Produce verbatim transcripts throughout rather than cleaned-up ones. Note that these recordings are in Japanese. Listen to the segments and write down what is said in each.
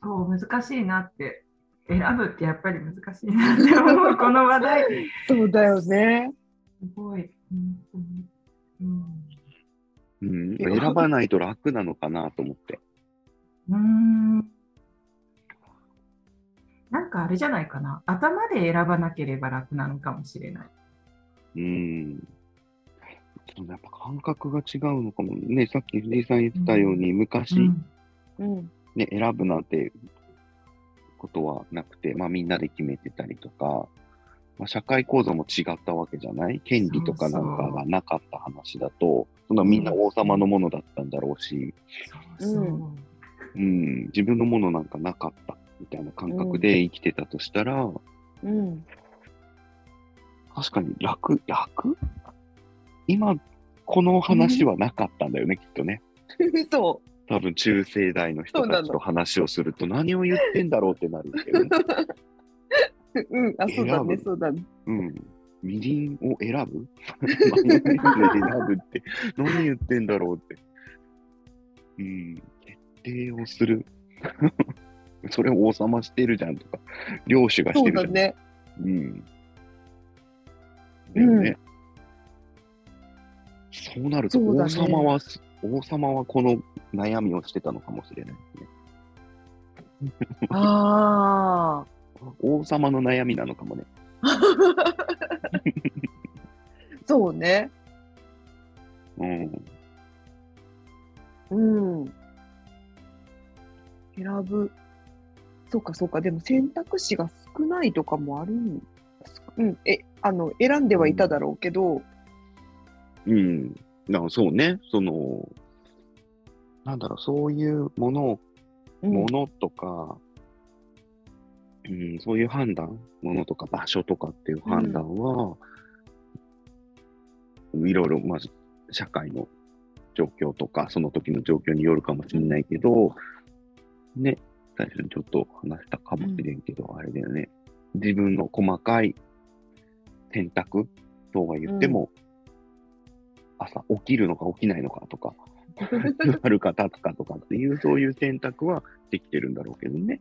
そう難しいなって、選ぶってやっぱり難しいなって思うこの話題。 そうだよね。 すごい。うんうんうん、選ばないと楽なのかなと思って。 うーんなんかあれじゃないかな。頭で選ばなければ楽なのかもしれない。 うん。ちょっとやっぱ感覚が違うのかもね。さっき藤井さん言ってたように、昔、 うんうん。 ね、選ぶなんてことはなくて、まあみんなで決めてたりとか、まあ、社会構造も違ったわけじゃない。権利とかなんかがなかった話だと、そんなみんな王様のものだったんだろうし、 そうそう。 うん、自分のものなんかなかったみたいな感覚で生きてたとしたら、 うん。 確かに楽、楽今、この話はなかったんだよね、きっとね。 そ多分中生代の人たちと話をすると何を言ってんだろうってなるけどね。 う。うん。あ、そうだね、 選ぶそうだね。 うん。みりんを選ぶマヨネーズで選ぶって、何言ってんだろうって。うん。決定をする。それを王様してるじゃんとか、領主がしてるじゃん。 そうだね。 うん。だよね。そうなると、王様は、王様はこの悩みをしてたのかもしれないですね。 ああ。 王様の悩みなのかもね。 そうね。 うん。 うん。選ぶ。そうか、そうか。でも選択肢が少ないとかもあるんですか。うん。え、あの、選んではいただろうけど。 うん。だからそうね。その、なんだろう、そういうものを、 うん、 ものとか、うん、そういう判断、ものとか場所とかっていう判断は、うん、いろいろ、まず、社会の状況とか、その時の状況によるかもしれないけど、ね、最初にちょっと話したかもしれんけど、うん、あれだよね。自分の細かい選択とは言っても、うん、朝起きるのか起きないのかとか、座るか立つかとかっていう、そういう選択はできてるんだろうけどね。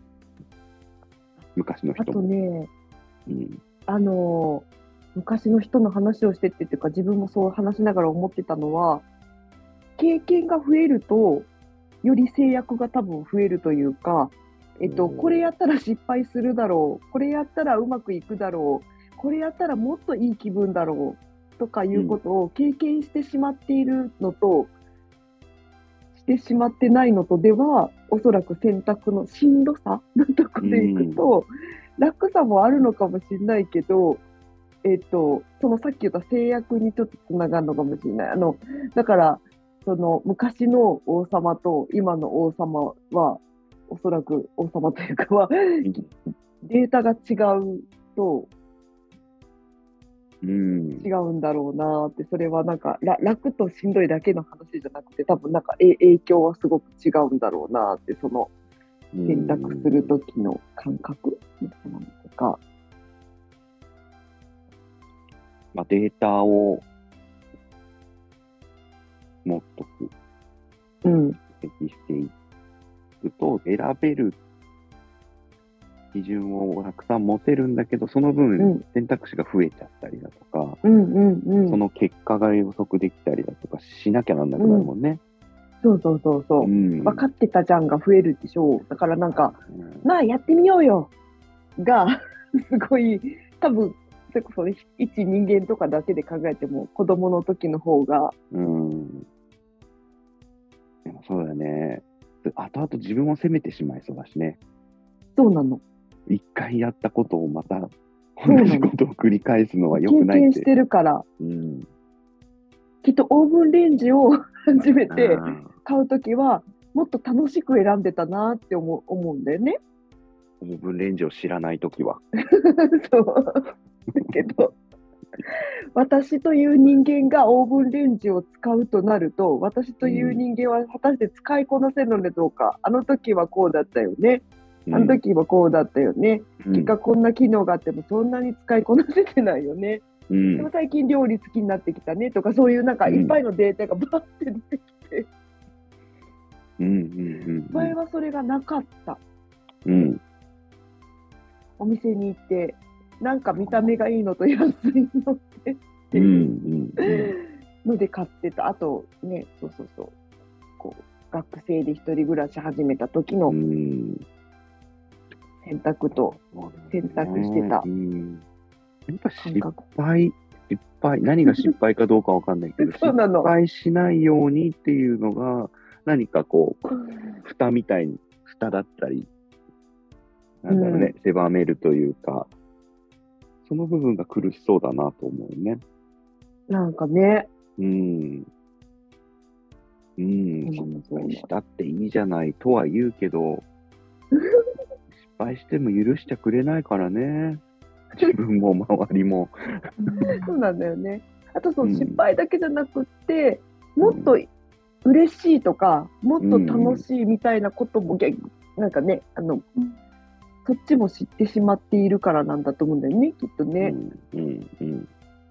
昔の人も。 あとね、 うん、 あのー、昔の人の話をしてってっていうか、自分もそう話しながら思ってたのは、経験が増えると、より制約が多分増えるというか、えっと、これやったら失敗するだろう、これやったらうまくいくだろう、これやったらもっといい気分だろうとかいうことを経験してしまっているのと、うん、してしまってないのとでは、おそらく選択のしんどさのところでいくと、うん、楽さもあるのかもしれないけど、えっと、そのさっき言った制約にちょっとつながるのかもしれない。あの、だから、その昔の王様と今の王様は、おそらく王様というかは、データが違うと、 うん、 違うんだろうなって、それはなんか楽としんどいだけの話じゃなくて、多分なんか影響はすごく違うんだろうなって、その選択する時の感覚みたいなのとか。 まあ、データを持っとく。 うん。 適していくと、選べる基準をたくさん持てるんだけど、その分、うん、選択肢が増えちゃったりだとか、 うんうんうん、 その結果が予測できたりだとかしなきゃなんなくなるもんね。 うん、そうそうそうそう、うん。分かってたじゃんが増えるでしょう。だからなんか、うん、まあやってみようよが、すごい、多分、それこそ一人間とかだけで考えても子供の時の方が。 うん。でもそうだよね。後々自分を責めてしまいそうだしね。 そうなの。 一回やったことをまた同じことを繰り返すのは良くないって。 経験してるから。 うん、 きっとオーブンレンジを初めて買うときはもっと楽しく選んでたなって思う、思うんだよね。 オーブンレンジを知らないときは。 そう。だけど、私という人間がオーブンレンジを使うとなると、私という人間は果たして使いこなせるのでどうか。あの時はこうだったよね。あの時はこうだったよね。うん、結果こんな機能があってもそんなに使いこなせてないよね。うん、でも最近料理好きになってきたねとか、そういうなんかいっぱいのデータがバーって出てきて、 うんうん前はそれがなかった。 うんうんお店に行って、なんか見た目がいいのと安いのってってうんういうんうんので買ってた。あとね、そうそうそう。こう学生で一人暮らし始めた時うのん洗濯と洗濯してたうん、やっぱ失感覚。 敗、失敗、何が失敗かどうかわかんないけど、失そうなの。 敗しないようにっていうのが、何かこう、蓋みたいに、蓋だったり、なんだろうね、狭めるというか、その部分が苦しそうだなと思うね。 なんかね、 うん。うん、 そうな失のそうなの敗したっていいじゃないとは言うけど、失敗しても許してくれないからね。自分も周りも。 そうなんだよね。あとそうのん失敗だけじゃなくって、もっと嬉しいとか、もっと楽しいみたいなことも、げなんかね、あの、そっちも知ってしまっているからなんだと思うんだよね、きっとうね。 ん、うん、うん。 うん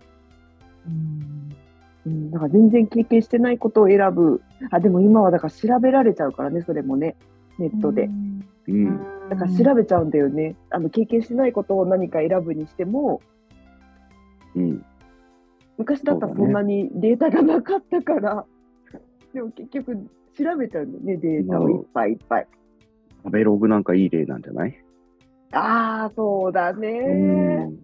うん、だから全然経験してないことを選ぶ。あ、でも今はだから調べられちゃうからね、それもね、ネットで。 うん、 だから調べちゃうんだよね。あの経験してないことを何か選ぶにしても、 うん。 昔だったらそんなにデータがなかったから、でも結局調べちゃうんだよね、データをいっぱいいっぱい。 食べログなんかいい例なんじゃない？ ああ、そうだうね。 ん。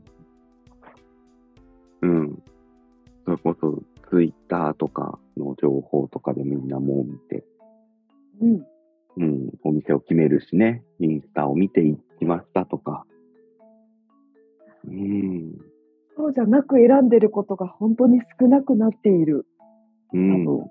うん。それこそ、ツイッターとかの情報とかでみんなもう見て、 うん。 うん、お店を決めるしね、インスタを見ていきましたとか。うん。 そうじゃなく選んでることが本当に少なくなっている。 う多ん。 分。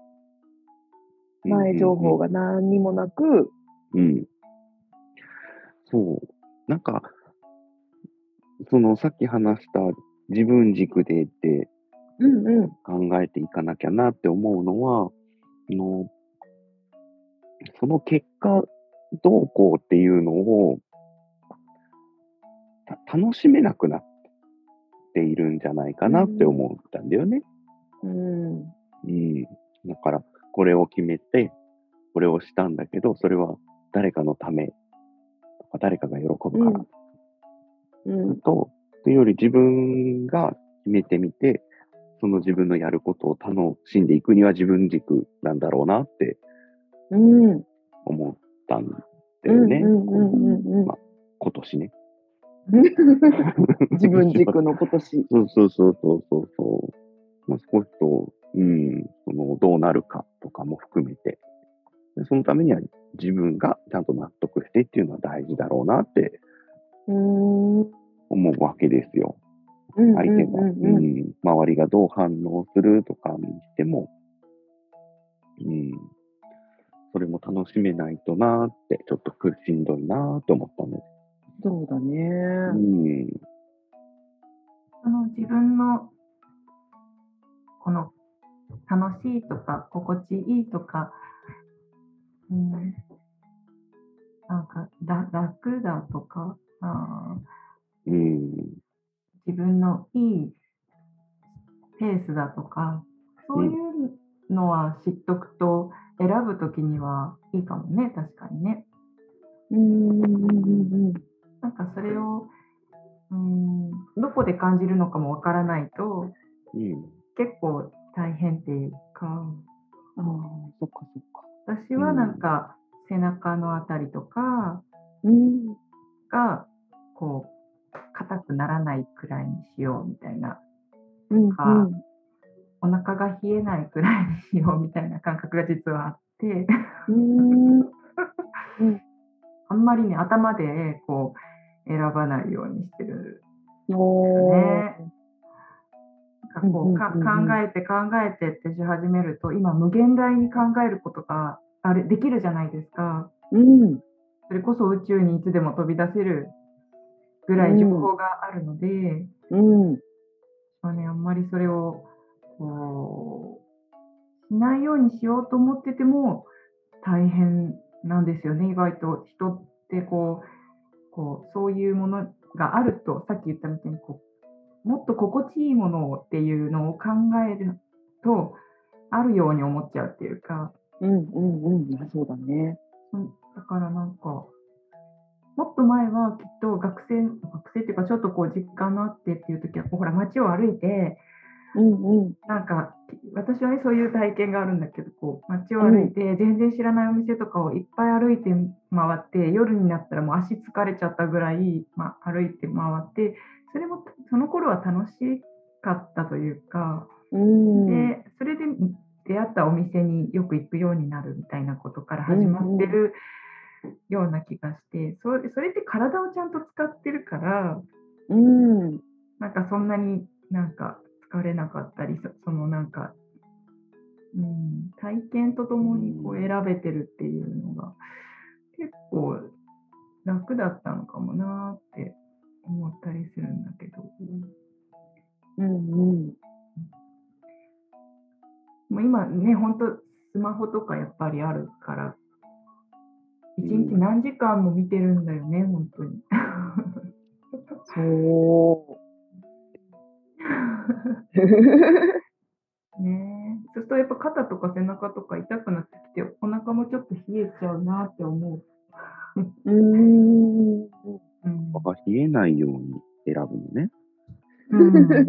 前情報が何にもなく、 うん。そう。なんか、そのさっき話した自分軸でってうんうん。 考えていかなきゃなって思うのは、あのその結果どうこうっていうのをた楽しめなくなっているんじゃないかなって思ったんだよね。 うん。 うん。だから、これを決めて、これをしたんだけど、それは誰かのためとか、誰かが喜ぶからうん。 と、というより自分が決めてみて、その自分のやることを楽しんでいくには自分軸なんだろうなってうん。 思ったんだうん。 よね。 うん。うん。うん。 まあ、今年ね。 自分軸の今年。 そうそうそうそうそうそう。まあ、少しと、うん、その、どうなるかとかも含めて、でそのためには自分がちゃんと納得してっていうのは大事だろうなってうん。うん。 思うわけですよ。 うん。 相手が、 う。 うんん、周りがどう反応するとかにしても、うん、それも楽しめないとなーって、ちょっと苦しんどいなーって思ったんです。 そうだうね。 ん、 その自分のこの楽しいとか心地いいとか、うん、なんかだ楽だとか、あうん、 自分のいいペースだとか、そういうん、 うのは知っとくと選ぶときにはいいかもね、確かにね。 うん。うん。 なんかそれを、うん、どこで感じるのかもわからないとうん、 結構大変っていうか、 ああ、そっかそっか。 私はなんか背中のあたりとかうん。 がこう硬くならないくらいにしようみたいな、 うん。うかん。 お腹が冷えないくらいにしようみたいな感覚が実はあってうん。うん。 あんまりね頭でこう選ばないようにしてるよおね。 ー。 なんかうん。うん。 こうか考うん。 えて考えてってし始めると今無限大に考えることがあれできるじゃないですか。 うん。 それこそ宇宙にいつでも飛び出せるぐらい情報があるので、 うん。 まあね、あんまりそれをこうしないようにしようと思ってても大変なんですよね。意外と人ってこう、こうそういうものがあると、さっき言ったみたいにこうもっと心地いいものをっていうのを考えるとあるように思っちゃうっていうか、 うんうんうん。あ、そうだね。 うん、だからなんか、もっと前はきっと学生学生っていうか、ちょっとこう時間のあってっていう時は、こうほら街を歩いて、 うんうん。 なんか、私はね、そういう体験があるんだけど、こう街をうん。 歩いて、全然知らないお店とかをいっぱい歩いて回って、夜になったらもう足疲れちゃったぐらい、まあ、歩いて回って、それもその頃は楽しかったというか、 うん。 で、それで出会ったお店によく行くようになるみたいなことからう始まってんうん。 るような気がして、それそれって体をちゃんと使ってるから、 うん。 なんかそんなになんか疲れなかったり、そそのなんか、うん、体験ととうもにこう選ん。 べてるっていうのが、結構楽だったのかもなって思ったりするんだけど、 うんうん。 もう今ね、ほんとスマホとかやっぱりあるから、1日うん。 何時間も見てるんだよね、ほんとに。 そう。 ねえ。そうするとやっぱ肩とか背中とか痛くなってきて、お腹もちょっと冷えちゃうなって思う。 うーん。 うん。 場が冷えないように選ぶのね。 うん、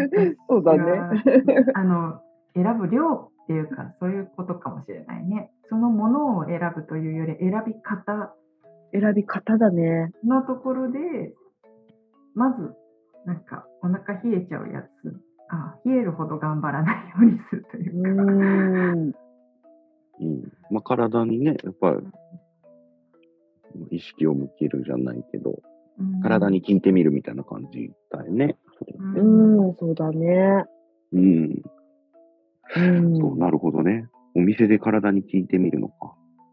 そうだね。 私は、あの、選ぶ量っていうか、そういうことかもしれないね。そのものを選ぶというより、選び方選び方だね。 のところで、まず、なんかお腹冷えちゃうやつ、あ、冷えるほど頑張らないようにするといううか。 ーん。 うん。まあ、体にね、やっぱり意識を向けるじゃないけど、 うん。 体に聞いてみるみたいな感じだよね。それって。 うーん、そうだね。 うん。 うそう、 ん。 なるほどね。お店で体に聞いてみるのか。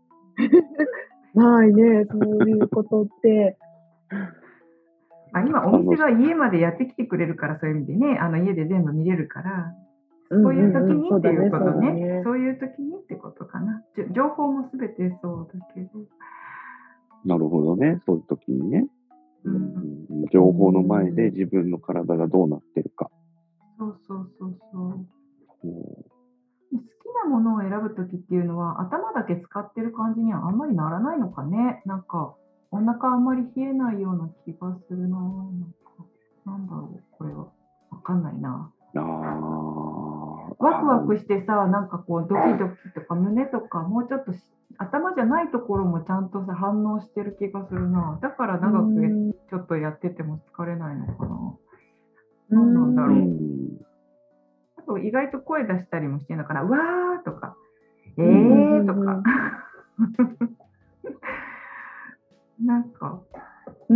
ないね、そういうことって。 まあ、今おあの、 店が家までやってきてくれるから、そういう意味でね、あの家で全部見れるから、 うんそういううんうん。 時にっていうそうだね、そうことね。 だね。 そういう時にってことかな。じょ情報もすべてそうだけど。 なるほどね。そういう時にね。ううん。 ん、 うー情報の前でん。 自分の体がどうなってるか。 そうそうそうそう。 うん、 好きなものを選ぶ時っていうのは、頭だけ使ってる感じにはあんまりならないのかね。なんか、お腹あんまり冷えないような気がするな。なんか、なんだろう、これは。わかんないな。 あーワクワクあー、 してさ、なんかこうドキドキとか胸とか、もうちょっとし頭じゃないところもちゃんとさ、反応してる気がするな。だからうー長くやん。うちょっとやってても疲れないのかな。 ーなんなんだうろう。 ん。 ん。 あと意外と声出したりもしてるのかな。うわーとか、えうんうんうーとか。 んうん。 なんかうん。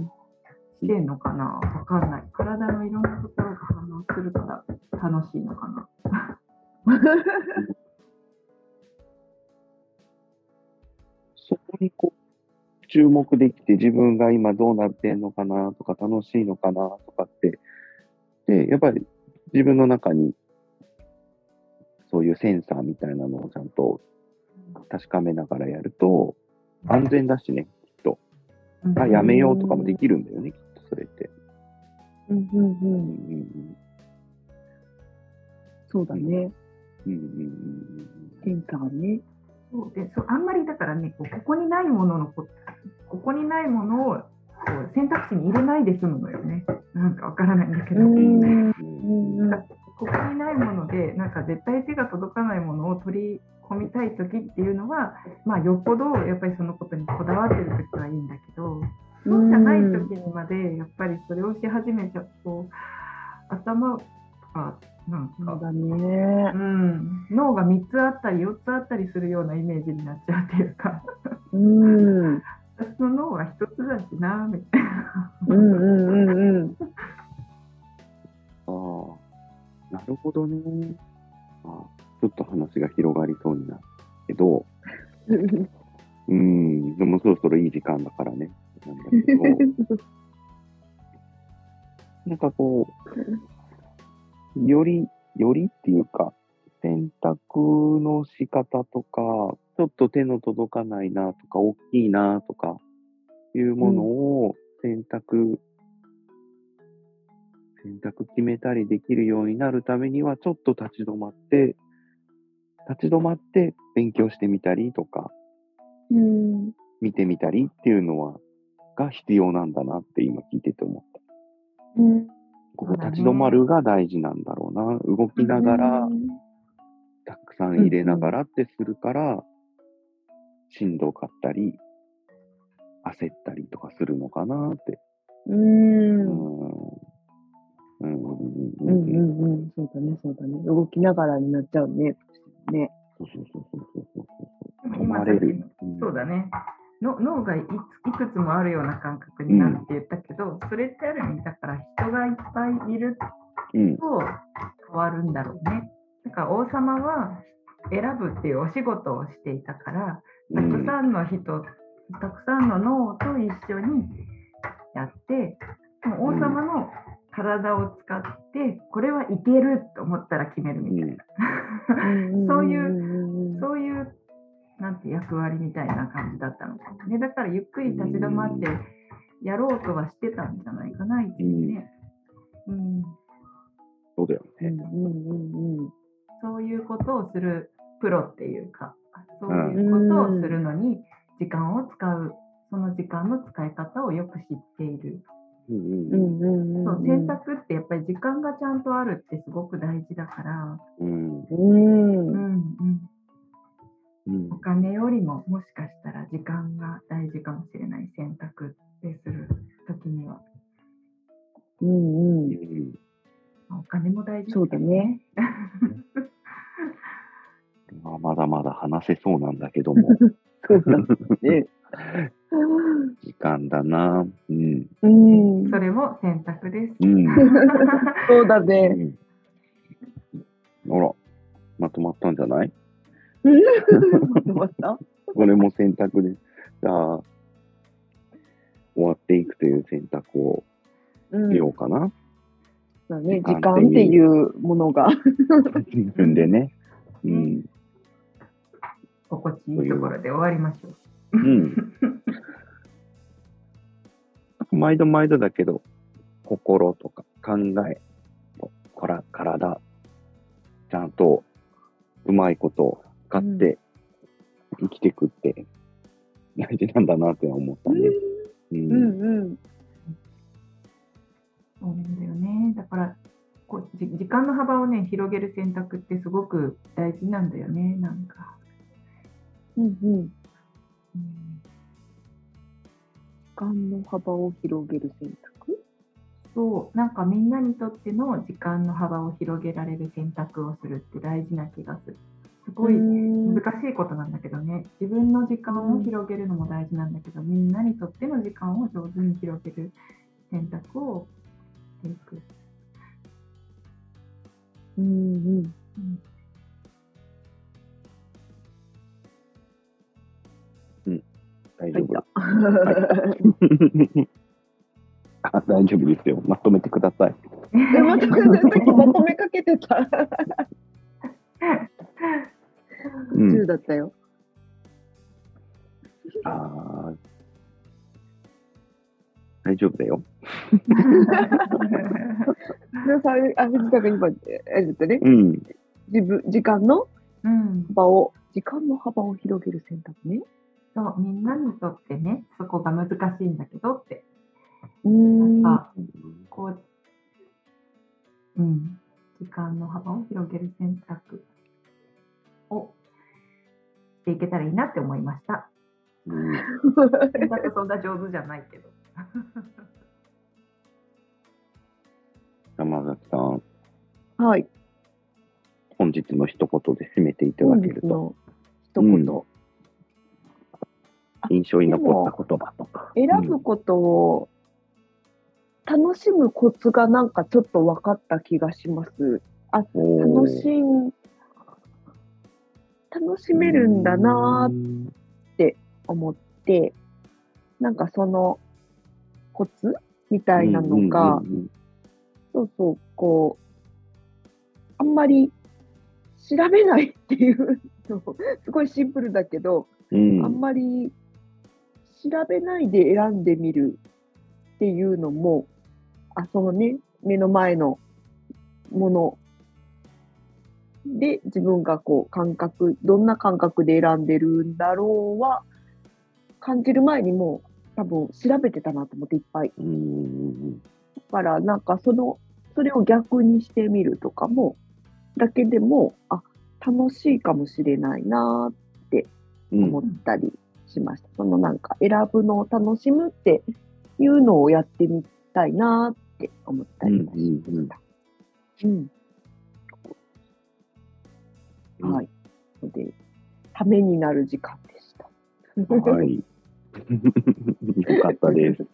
してんのかな。わかんない。体のいろんなところが反応するから楽しいのかな。 そこにこう注目できて自分が今どうなってんのかなとか楽しいのかなとかって、で、やっぱり自分の中にそういうセンサーみたいなのをちゃんと確かめながらやると安全だしね、きっと。 うあ、 うーやめようとかもん。 できるんだよね、きっとそれって。 うんうんううんん。 うんそうだうん。 ね。 うんうんうんセンサーね。 そうでそうあんまりだからね、こうここにないもののこ、ここにないものをこう選択肢に入れないで済むのよね。なんかわからないんだけうーど。 ん。うんうんうん。 ここにないもので、なんか絶対手が届かないものを取り込みたい時っていうのは、まあ、よっぽどやっぱりそのことにこだわってる時はいいんだけど、 うそうじゃないん。 時にまでやっぱりそれをし始めちゃうと、頭がなんか、 そうだね。 うん、脳がみっつあったりよっつあったりするようなイメージになっちゃうっていうか、 うん。 私の脳は一つだしな、みたいな。 うんうんうんうん。 ああ、なるほどね。あ、ちょっと話が広がりそうになるけど、うん、でもそろそろいい時間だからね。なんだけど、なんかこう、より、よりっていうか、選択の仕方とか、ちょっと手の届かないなとか、大きいなとかいうものうん。 を選択、選択決めたりできるようになるためには、ちょっと立ち止まって、 立ち止まって勉強してみたりとか、 うん。 見てみたりっていうのは、が必要なんだなって今聞いてて思った。 うん。 ここそうだね立ち止まるが大事なんだろうな。動きながら、たくさん入れながらってするから、しんどかったり、焦ったりとかするのかなって。 う。 うんうん。 ん。うん。うん。 うんう。 うんんうん。そうだね、そうだね。動きながらになっちゃうね。ね。 そうそうそうそうそうそうそう。 でも止まれる。 今さっきのうんそうだね。の脳がいいくつもあるような感覚になるって言ったけど、それってある意味だから人がいっぱいいるうん。 と変わるんだろうね。だから王様は選ぶっていうお仕事をしていたから、たくさんの人、たくさんの脳と一緒にやって、もう王様の体を使って、これはいけると思ったら決めるみたいな。そういう、 うそういう、なんて役割みたいな感じだったのかもね。だからゆっくり立ち止まってやろうとはしてたんじゃないかな、一応ね。うん、 そうだよん。うんね。 うんうんうん。 そういうことをするプロっていうか、そういうことをするのに時間を使う、その時間の使い方をよく知っている。 うんうんうんうんうん。 そう選択ってやっぱり時間がちゃんとあるってすごく大事だから、 うん。 うん。 うんうん。 うん、 うんお金よりももしかしたら時間が大事かもしれない、選択ってするときには。 うんうん。 うんまあお金も大事そうだね。 まあまだまだ話せそうなんだけども、 そうだね。 時間だな。うん。 うん。 それも選択です。 うん。 そうだうね。 ん。あら、まとまったんじゃない？ またこれも選択で、じゃあ、終わっていくという選択をうんしようかな。 そうね、 時間時間っていうものが。 自分でね。うん。 心地いいところで終わりましょう。 うん。毎度毎度だけど、心とか考え、こら体、ちゃんとうまいことを使って生きていくって大事なんだなって思ったね。う。 うんんうん。 そうなんだよね。だからこうじ時間の幅をね広げる選択ってすごく大事なんだよね。なんか、 うんうん。 うん、 時間の幅を広げる選択？ そうなんかみんなにとっての時間の幅を広げられる選択をするって大事な気がする。すごい難しいことなんだけどね。自分の時間を広げるのも大事なんだけど、みんなにとっての時間を上手に広げる選択をしていく。 うんうん。 うん大丈夫。 はいあ、大丈夫ですよ。まとめてください。 え、また、さっきまとめかけてた。 うん途中だったよ。 あー大丈夫だよ。 でさあ、藤田が今、あれだったね。 うん。 自分、時間のうん、 幅を、時間の幅を広げる選択ね。 そうみんなにとってねそこが難しいんだけどって、 うーん。 なんかこう、うん、時間の幅を広げる選択をしていけたらいいなって思いました。 うん選択そんな上手じゃないけど。 山崎さん、 はい。 本日の一言で締めていただ本けると、 日の一言。 うん印象に残った言葉とか。 選ぶことを楽しむコツがなんかちょっと分かった気がします。あ、楽しん、楽しめるんだなーって思って、なんかそのコツみたいなのが、 うんうんそうそう、こう、あんまり調べないっていうの、すごいシンプルだけど、 うんうんあんまり調べないで選んでみるっていうのも、あ、そのね、目の前のもので、自分がこう感覚、どんな感覚で選んでるんだろうは、感じる前にもう多分調べてたなと思っていっぱい。 うんうんだからなんかその、それを逆にしてみるとかも、だけでも、あ、楽しいかもしれないなってうん思ったりしました。そのなんか選ぶのを楽しむっていうのをやってみたいなって思ったりもしました。うん。 うんはい。ので、ためになる時間でした。 はい。よかったです。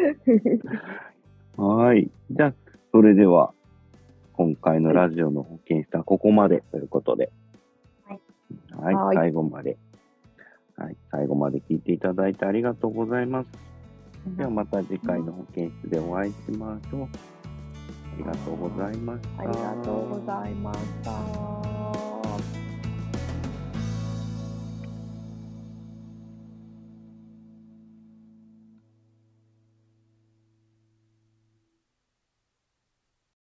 はい。じゃあ、それでは、今回のラジオの保健室はここまでということで。 はい。 はい。 はい最後まで。はい。最後まで聞いていただいてありがとうございます。ではまた次回の保健室でお会いしましょう。ありがとうございました。 ありがとうございました。